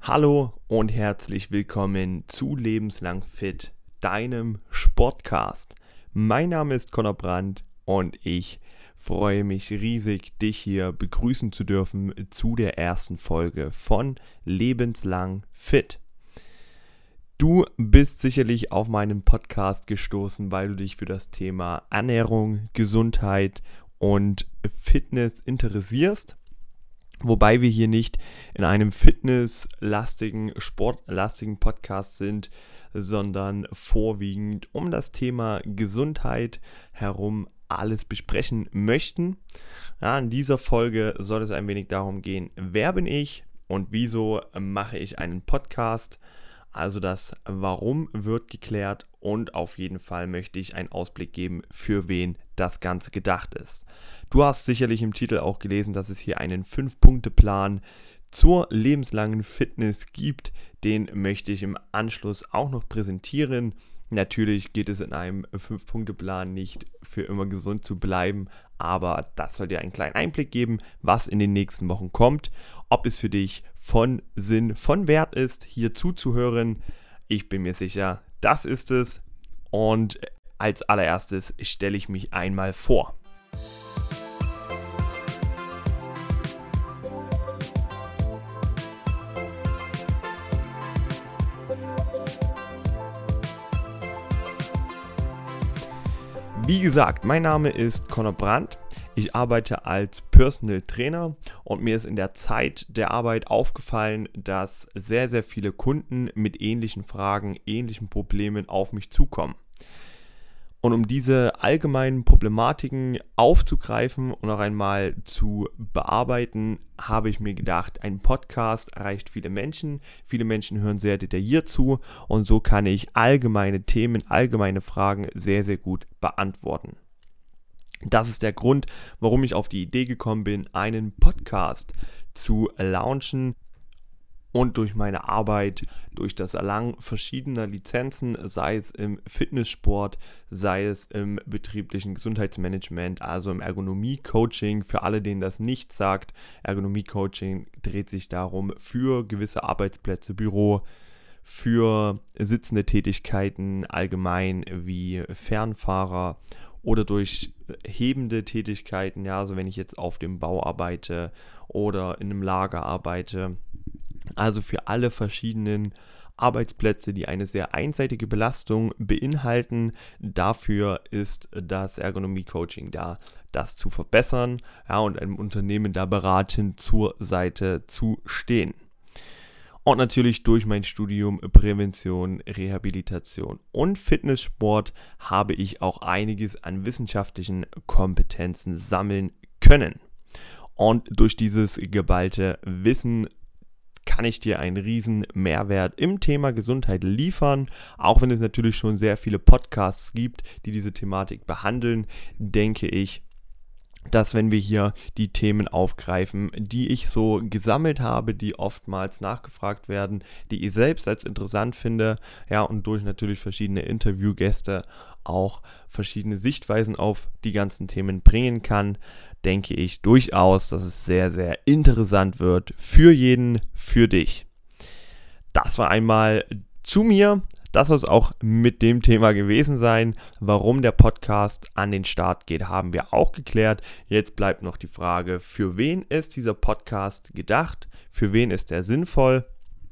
Hallo und herzlich willkommen zu Lebenslang Fit, deinem Sportcast. Mein Name ist Conor Brandt und ich freue mich riesig, dich hier begrüßen zu dürfen zu der ersten Folge von Lebenslang Fit. Du bist sicherlich auf meinen Podcast gestoßen, weil du dich für das Thema Ernährung, Gesundheit und Fitness interessierst. Wobei wir hier nicht in einem fitnesslastigen, sportlastigen Podcast sind, sondern vorwiegend um das Thema Gesundheit herum alles besprechen möchten. Ja, in dieser Folge soll es ein wenig darum gehen, wer bin ich und wieso mache ich einen Podcast. Also das Warum wird geklärt und auf jeden Fall möchte ich einen Ausblick geben, für wen das Ganze gedacht ist. Du hast sicherlich im Titel auch gelesen, dass es hier einen 5-Punkte-Plan zur lebenslangen Fitness gibt. Den möchte ich im Anschluss auch noch präsentieren. Natürlich geht es in einem 5-Punkte-Plan nicht für immer gesund zu bleiben, aber das soll dir einen kleinen Einblick geben, was in den nächsten Wochen kommt, ob es für dich von Sinn, von Wert ist, hier zuzuhören. Ich bin mir sicher, das ist es. Und als allererstes stelle ich mich einmal vor. Wie gesagt, mein Name ist Conor Brandt. Ich arbeite als Personal Trainer und mir ist in der Zeit der Arbeit aufgefallen, dass sehr, sehr viele Kunden mit ähnlichen Fragen, ähnlichen Problemen auf mich zukommen. Und um diese allgemeinen Problematiken aufzugreifen und auch einmal zu bearbeiten, habe ich mir gedacht, ein Podcast erreicht viele Menschen. Viele Menschen hören sehr detailliert zu und so kann ich allgemeine Themen, allgemeine Fragen sehr, sehr gut beantworten. Das ist der Grund, warum ich auf die Idee gekommen bin, einen Podcast zu launchen. Und durch meine Arbeit, durch das Erlangen verschiedener Lizenzen, sei es im Fitnesssport, sei es im betrieblichen Gesundheitsmanagement, also im Ergonomie-Coaching, für alle, denen das nicht sagt. Ergonomie-Coaching dreht sich darum, für gewisse Arbeitsplätze, Büro, für sitzende Tätigkeiten allgemein wie Fernfahrer oder durch hebende Tätigkeiten, ja, also wenn ich jetzt auf dem Bau arbeite oder in einem Lager arbeite. Also für alle verschiedenen Arbeitsplätze, die eine sehr einseitige Belastung beinhalten. Dafür ist das Ergonomie-Coaching da, das zu verbessern, ja, und einem Unternehmen da beratend zur Seite zu stehen. Und natürlich durch mein Studium Prävention, Rehabilitation und Fitnesssport habe ich auch einiges an wissenschaftlichen Kompetenzen sammeln können. Und durch dieses geballte Wissen kann ich dir einen riesen Mehrwert im Thema Gesundheit liefern. Auch wenn es natürlich schon sehr viele Podcasts gibt, die diese Thematik behandeln, denke ich, dass wenn wir hier die Themen aufgreifen, die ich so gesammelt habe, die oftmals nachgefragt werden, die ich selbst als interessant finde, ja, und durch natürlich verschiedene Interviewgäste auch verschiedene Sichtweisen auf die ganzen Themen bringen kann, denke ich durchaus, dass es sehr, sehr interessant wird für jeden, für dich. Das war einmal zu mir. Das soll es auch mit dem Thema gewesen sein. Warum der Podcast an den Start geht, haben wir auch geklärt. Jetzt bleibt noch die Frage, für wen ist dieser Podcast gedacht? Für wen ist er sinnvoll?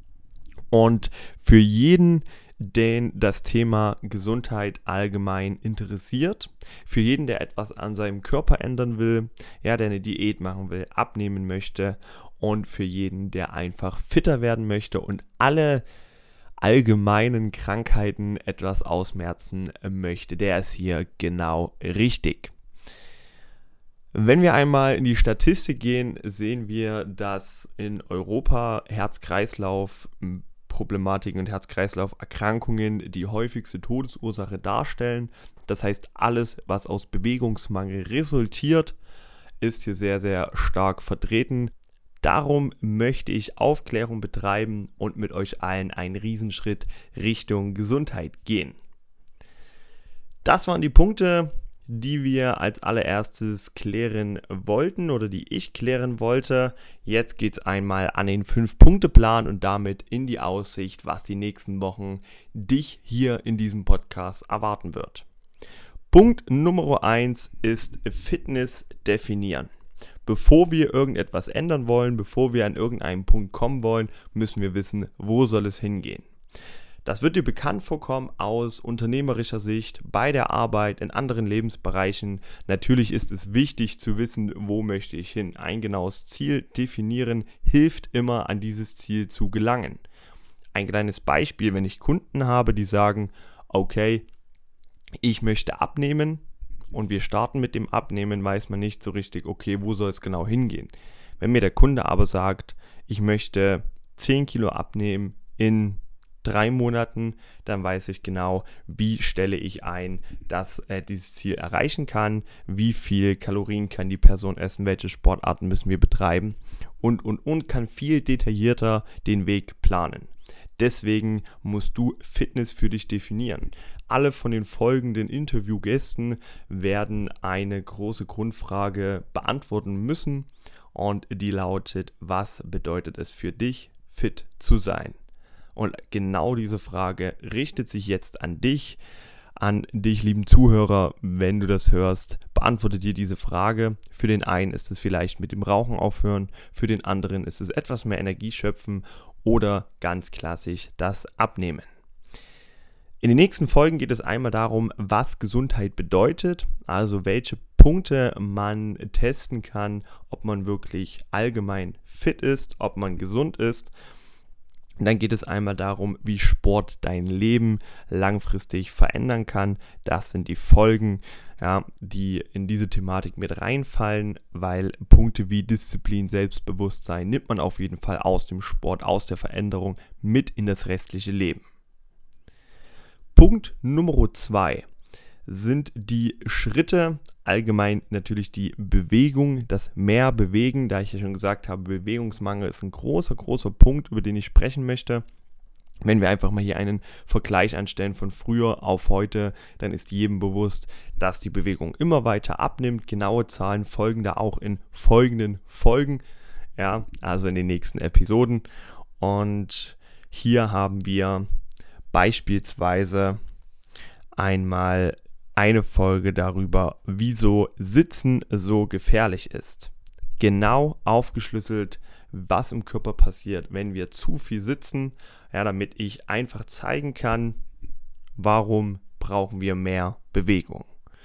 Und für jeden, den das Thema Gesundheit allgemein interessiert, für jeden, der etwas an seinem Körper ändern will, ja, der eine Diät machen will, abnehmen möchte und für jeden, der einfach fitter werden möchte und alle allgemeinen Krankheiten etwas ausmerzen möchte, der ist hier genau richtig. Wenn wir einmal in die Statistik gehen, sehen wir, dass in Europa Herz-Kreislauf-Problematiken und Herz-Kreislauf-Erkrankungen die häufigste Todesursache darstellen. Das heißt, alles, was aus Bewegungsmangel resultiert, ist hier sehr, sehr stark vertreten. Darum möchte ich Aufklärung betreiben und mit euch allen einen Riesenschritt Richtung Gesundheit gehen. Das waren die Punkte, die wir als allererstes klären wollten oder die ich klären wollte. Jetzt geht es einmal an den 5-Punkte-Plan und damit in die Aussicht, was die nächsten Wochen dich hier in diesem Podcast erwarten wird. Punkt Nummer 1 ist Fitness definieren. Bevor wir irgendetwas ändern wollen, bevor wir an irgendeinen Punkt kommen wollen, müssen wir wissen, wo soll es hingehen. Das wird dir bekannt vorkommen aus unternehmerischer Sicht, bei der Arbeit, in anderen Lebensbereichen. Natürlich ist es wichtig zu wissen, wo möchte ich hin. Ein genaues Ziel definieren hilft immer, an dieses Ziel zu gelangen. Ein kleines Beispiel, wenn ich Kunden habe, die sagen, okay, ich möchte abnehmen und wir starten mit dem Abnehmen, weiß man nicht so richtig, okay, wo soll es genau hingehen. Wenn mir der Kunde aber sagt, ich möchte 10 Kilo abnehmen in 3 Monaten, dann weiß ich genau, wie stelle ich ein, dass er dieses Ziel erreichen kann, wie viel Kalorien kann die Person essen, welche Sportarten müssen wir betreiben und kann viel detaillierter den Weg planen. Deswegen musst du Fitness für dich definieren. Alle von den folgenden Interviewgästen werden eine große Grundfrage beantworten müssen und die lautet, was bedeutet es für dich, fit zu sein? Und genau diese Frage richtet sich jetzt an dich, lieben Zuhörer, wenn du das hörst, beantworte dir diese Frage. Für den einen ist es vielleicht mit dem Rauchen aufhören, für den anderen ist es etwas mehr Energie schöpfen oder ganz klassisch das Abnehmen. In den nächsten Folgen geht es einmal darum, was Gesundheit bedeutet, also welche Punkte man testen kann, ob man wirklich allgemein fit ist, ob man gesund ist. Und dann geht es einmal darum, wie Sport dein Leben langfristig verändern kann. Das sind die Folgen, die in diese Thematik mit reinfallen, weil Punkte wie Disziplin, Selbstbewusstsein nimmt man auf jeden Fall aus dem Sport, aus der Veränderung mit in das restliche Leben. Punkt Nummer 2 sind die Schritte, allgemein natürlich die Bewegung, das mehr Bewegen, da ich ja schon gesagt habe, Bewegungsmangel ist ein großer Punkt, über den ich sprechen möchte. Wenn wir einfach mal hier einen Vergleich anstellen von früher auf heute, dann ist jedem bewusst, dass die Bewegung immer weiter abnimmt. Genaue Zahlen folgen da auch in folgenden Folgen, also in den nächsten Episoden. Und hier haben wir beispielsweise einmal eine Folge darüber, wieso Sitzen so gefährlich ist. Genau aufgeschlüsselt, was im Körper passiert, wenn wir zu viel sitzen, damit ich einfach zeigen kann, warum brauchen wir mehr Bewegung.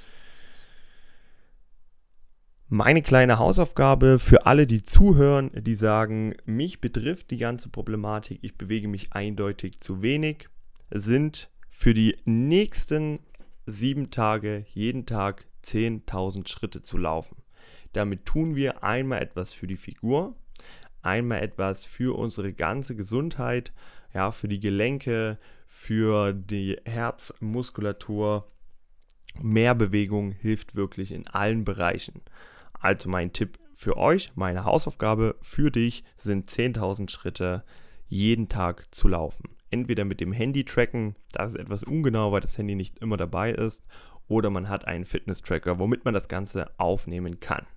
Meine kleine Hausaufgabe für alle, die zuhören, die sagen, mich betrifft die ganze Problematik, ich bewege mich eindeutig zu wenig, sind für die nächsten 7 Tage, jeden Tag 10.000 Schritte zu laufen. Damit tun wir einmal etwas für die Figur, einmal etwas für unsere ganze Gesundheit, für die Gelenke, für die Herzmuskulatur. Mehr Bewegung hilft wirklich in allen Bereichen. Also mein Tipp für euch, meine Hausaufgabe für dich sind 10.000 Schritte jeden Tag zu laufen. Entweder mit dem Handy tracken, das ist etwas ungenau, weil das Handy nicht immer dabei ist, oder man hat einen Fitness-Tracker, womit man das Ganze aufnehmen kann.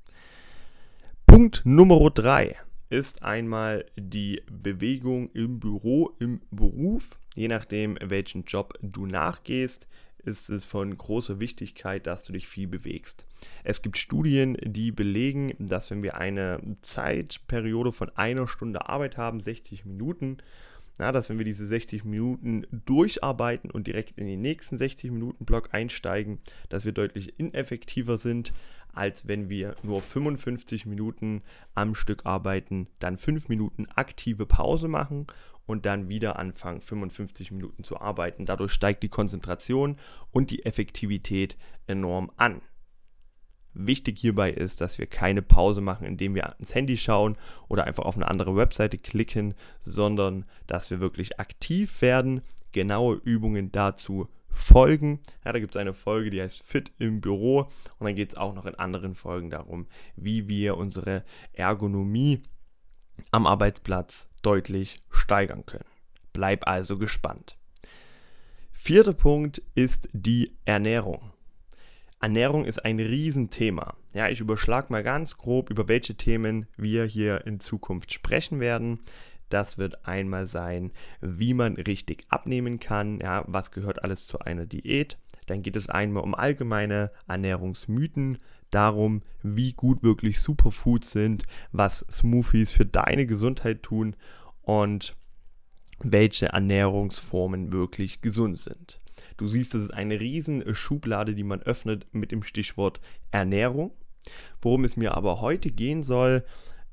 Punkt Nummer 3 ist einmal die Bewegung im Büro, im Beruf. Je nachdem, welchen Job du nachgehst, ist es von großer Wichtigkeit, dass du dich viel bewegst. Es gibt Studien, die belegen, dass wenn wir eine Zeitperiode von 1 Stunde Arbeit haben, 60 Minuten, dass wenn wir diese 60 Minuten durcharbeiten und direkt in den nächsten 60-Minuten-Block einsteigen, dass wir deutlich ineffektiver sind, als wenn wir nur 55 Minuten am Stück arbeiten, dann 5 Minuten aktive Pause machen und dann wieder anfangen, 55 Minuten zu arbeiten. Dadurch steigt die Konzentration und die Effektivität enorm an. Wichtig hierbei ist, dass wir keine Pause machen, indem wir ans Handy schauen oder einfach auf eine andere Webseite klicken, sondern dass wir wirklich aktiv werden, genaue Übungen dazu folgen. Da gibt es eine Folge, die heißt Fit im Büro und dann geht es auch noch in anderen Folgen darum, wie wir unsere Ergonomie am Arbeitsplatz deutlich steigern können. Bleib also gespannt. 4. Punkt ist die Ernährung. Ernährung ist ein Riesenthema. Ja, ich überschlage mal ganz grob, über welche Themen wir hier in Zukunft sprechen werden. Das wird einmal sein, wie man richtig abnehmen kann, ja, was gehört alles zu einer Diät. Dann geht es einmal um allgemeine Ernährungsmythen, darum, wie gut wirklich Superfoods sind, was Smoothies für deine Gesundheit tun und welche Ernährungsformen wirklich gesund sind. Du siehst, das ist eine riesen Schublade, die man öffnet mit dem Stichwort Ernährung. Worum es mir aber heute gehen soll,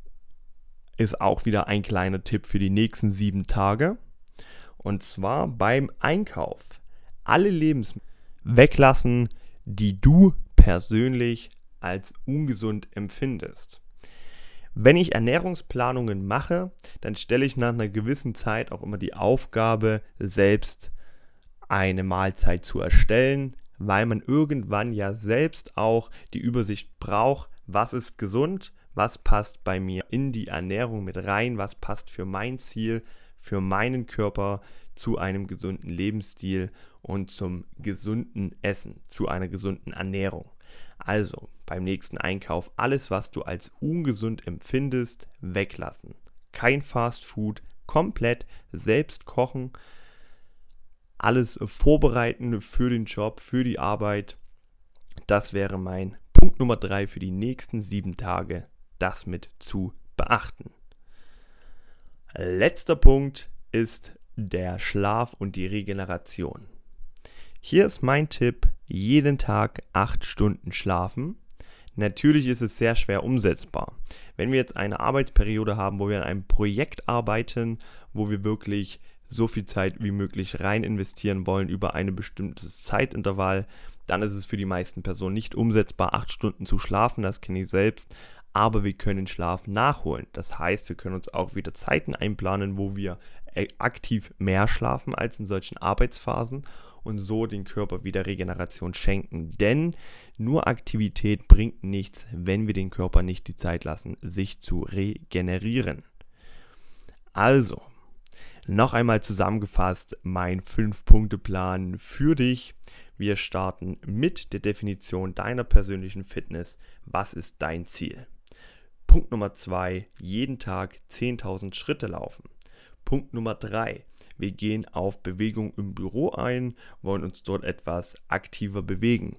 ist auch wieder ein kleiner Tipp für die nächsten 7 Tage. Und zwar beim Einkauf. Alle Lebensmittel weglassen, die du persönlich als ungesund empfindest. Wenn ich Ernährungsplanungen mache, dann stelle ich nach einer gewissen Zeit auch immer die Aufgabe, selbst eine Mahlzeit zu erstellen, weil man irgendwann ja selbst auch die Übersicht braucht, was ist gesund, was passt bei mir in die Ernährung mit rein, was passt für mein Ziel, für meinen Körper zu einem gesunden Lebensstil und zum gesunden Essen, zu einer gesunden Ernährung. Also beim nächsten Einkauf alles, was du als ungesund empfindest, weglassen. Kein Fast Food, komplett selbst kochen, alles vorbereiten für den Job, für die Arbeit. Das wäre mein Punkt Nummer 3 für die nächsten 7 Tage, das mit zu beachten. Letzter Punkt ist der Schlaf und die Regeneration. Hier ist mein Tipp, jeden Tag 8 Stunden schlafen. Natürlich ist es sehr schwer umsetzbar. Wenn wir jetzt eine Arbeitsperiode haben, wo wir an einem Projekt arbeiten, wo wir wirklich so viel Zeit wie möglich rein investieren wollen über ein bestimmtes Zeitintervall, dann ist es für die meisten Personen nicht umsetzbar, 8 Stunden zu schlafen, das kenne ich selbst, aber wir können Schlaf nachholen. Das heißt, wir können uns auch wieder Zeiten einplanen, wo wir aktiv mehr schlafen als in solchen Arbeitsphasen und so den Körper wieder Regeneration schenken. Denn nur Aktivität bringt nichts, wenn wir den Körper nicht die Zeit lassen, sich zu regenerieren. Also, noch einmal zusammengefasst, mein 5-Punkte-Plan für dich. Wir starten mit der Definition deiner persönlichen Fitness. Was ist dein Ziel? Punkt Nummer 2, jeden Tag 10.000 Schritte laufen. Punkt Nummer 3, wir gehen auf Bewegung im Büro ein, wollen uns dort etwas aktiver bewegen.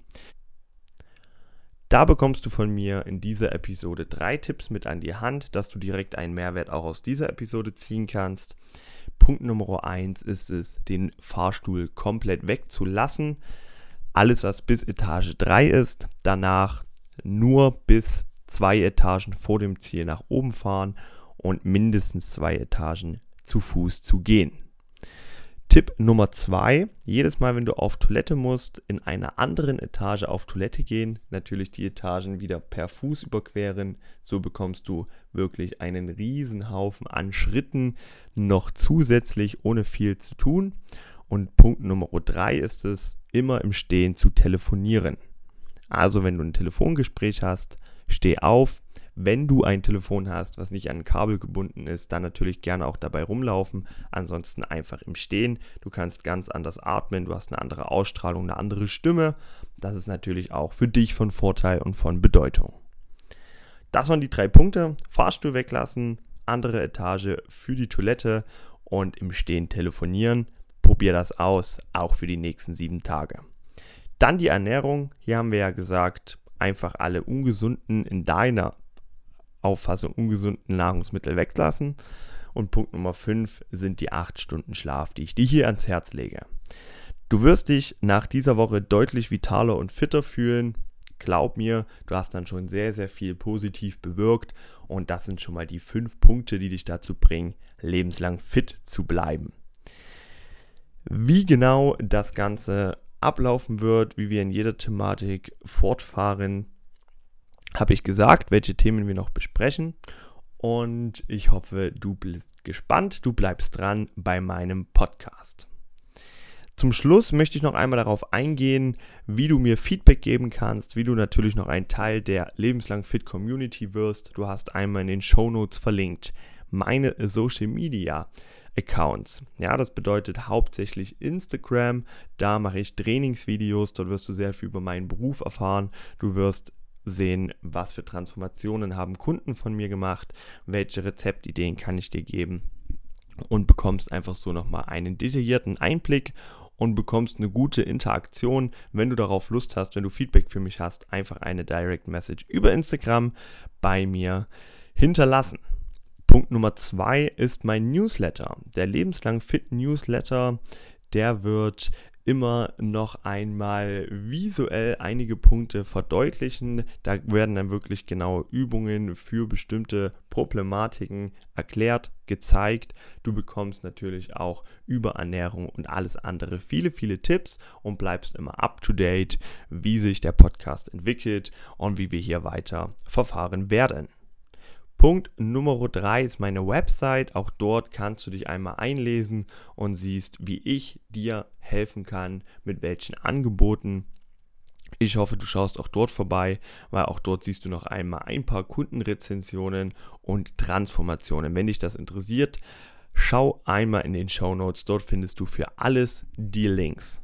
Da bekommst du von mir in dieser Episode 3 Tipps mit an die Hand, dass du direkt einen Mehrwert auch aus dieser Episode ziehen kannst. Punkt Nummer 1 ist es, den Fahrstuhl komplett wegzulassen. Alles, was bis Etage 3 ist, danach nur bis 2 Etagen vor dem Ziel nach oben fahren und mindestens 2 Etagen zu Fuß zu gehen. Tipp Nummer 2, jedes Mal, wenn du auf Toilette musst, in einer anderen Etage auf Toilette gehen, natürlich die Etagen wieder per Fuß überqueren, so bekommst du wirklich einen riesen Haufen an Schritten noch zusätzlich, ohne viel zu tun. Und Punkt Nummer 3 ist es, immer im Stehen zu telefonieren. Also wenn du ein Telefongespräch hast, steh auf. Wenn du ein Telefon hast, was nicht an ein Kabel gebunden ist, dann natürlich gerne auch dabei rumlaufen. Ansonsten einfach im Stehen. Du kannst ganz anders atmen, du hast eine andere Ausstrahlung, eine andere Stimme. Das ist natürlich auch für dich von Vorteil und von Bedeutung. Das waren die 3 Punkte. Fahrstuhl weglassen, andere Etage für die Toilette und im Stehen telefonieren. Probier das aus, auch für die nächsten 7 Tage. Dann die Ernährung. Hier haben wir ja gesagt, einfach alle ungesunden, in deiner Auffassung ungesunden Nahrungsmittel weglassen. Und Punkt Nummer 5 sind die 8 Stunden Schlaf, die ich dir hier ans Herz lege. Du wirst dich nach dieser Woche deutlich vitaler und fitter fühlen. Glaub mir, du hast dann schon sehr, sehr viel positiv bewirkt. Und das sind schon mal die 5 Punkte, die dich dazu bringen, lebenslang fit zu bleiben. Wie genau das Ganze ablaufen wird, wie wir in jeder Thematik fortfahren, habe ich gesagt, welche Themen wir noch besprechen. Und ich hoffe, du bist gespannt, du bleibst dran bei meinem Podcast. Zum Schluss möchte ich noch einmal darauf eingehen, wie du mir Feedback geben kannst, wie du natürlich noch ein Teil der Lebenslang Fit Community wirst. Du hast einmal in den Shownotes verlinkt meine Social Media Accounts. Ja, das bedeutet hauptsächlich Instagram. Da mache ich Trainingsvideos. Dort wirst du sehr viel über meinen Beruf erfahren. Du wirst sehen, was für Transformationen haben Kunden von mir gemacht, welche Rezeptideen kann ich dir geben und bekommst einfach so nochmal einen detaillierten Einblick und bekommst eine gute Interaktion. Wenn du darauf Lust hast, wenn du Feedback für mich hast, einfach eine Direct Message über Instagram bei mir hinterlassen. Punkt Nummer 2 ist mein Newsletter. Der Lebenslang Fit Newsletter, der wird immer noch einmal visuell einige Punkte verdeutlichen. Da werden dann wirklich genaue Übungen für bestimmte Problematiken erklärt, gezeigt. Du bekommst natürlich auch über Ernährung und alles andere viele, viele Tipps und bleibst immer up to date, wie sich der Podcast entwickelt und wie wir hier weiter verfahren werden. Punkt Nummer 3 ist meine Website. Auch dort kannst du dich einmal einlesen und siehst, wie ich dir helfen kann, mit welchen Angeboten. Ich hoffe, du schaust auch dort vorbei, weil auch dort siehst du noch einmal ein paar Kundenrezensionen und Transformationen. Wenn dich das interessiert, schau einmal in den Shownotes. Dort findest du für alles die Links.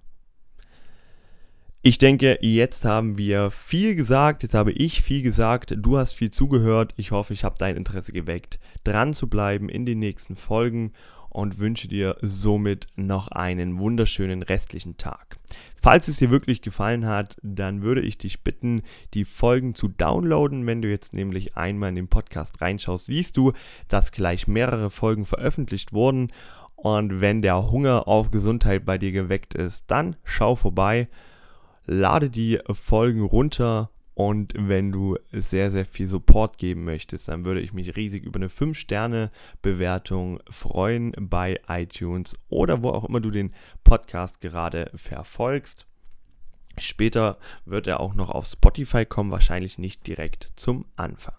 Ich denke, jetzt haben wir viel gesagt, jetzt habe ich viel gesagt, du hast viel zugehört. Ich hoffe, ich habe dein Interesse geweckt, dran zu bleiben in den nächsten Folgen und wünsche dir somit noch einen wunderschönen restlichen Tag. Falls es dir wirklich gefallen hat, dann würde ich dich bitten, die Folgen zu downloaden. Wenn du jetzt nämlich einmal in den Podcast reinschaust, siehst du, dass gleich mehrere Folgen veröffentlicht wurden. Und wenn der Hunger auf Gesundheit bei dir geweckt ist, dann schau vorbei. Lade die Folgen runter und wenn du sehr, sehr viel Support geben möchtest, dann würde ich mich riesig über eine 5-Sterne-Bewertung freuen bei iTunes oder wo auch immer du den Podcast gerade verfolgst. Später wird er auch noch auf Spotify kommen, wahrscheinlich nicht direkt zum Anfang.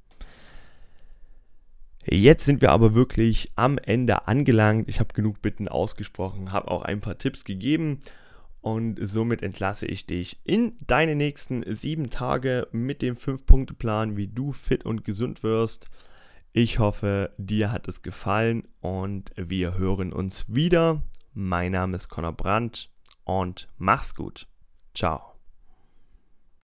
Jetzt sind wir aber wirklich am Ende angelangt. Ich habe genug Bitten ausgesprochen, habe auch ein paar Tipps gegeben. Und somit entlasse ich dich in deine nächsten 7 Tage mit dem 5-Punkte-Plan, wie du fit und gesund wirst. Ich hoffe, dir hat es gefallen und wir hören uns wieder. Mein Name ist Conor Brandt und mach's gut. Ciao.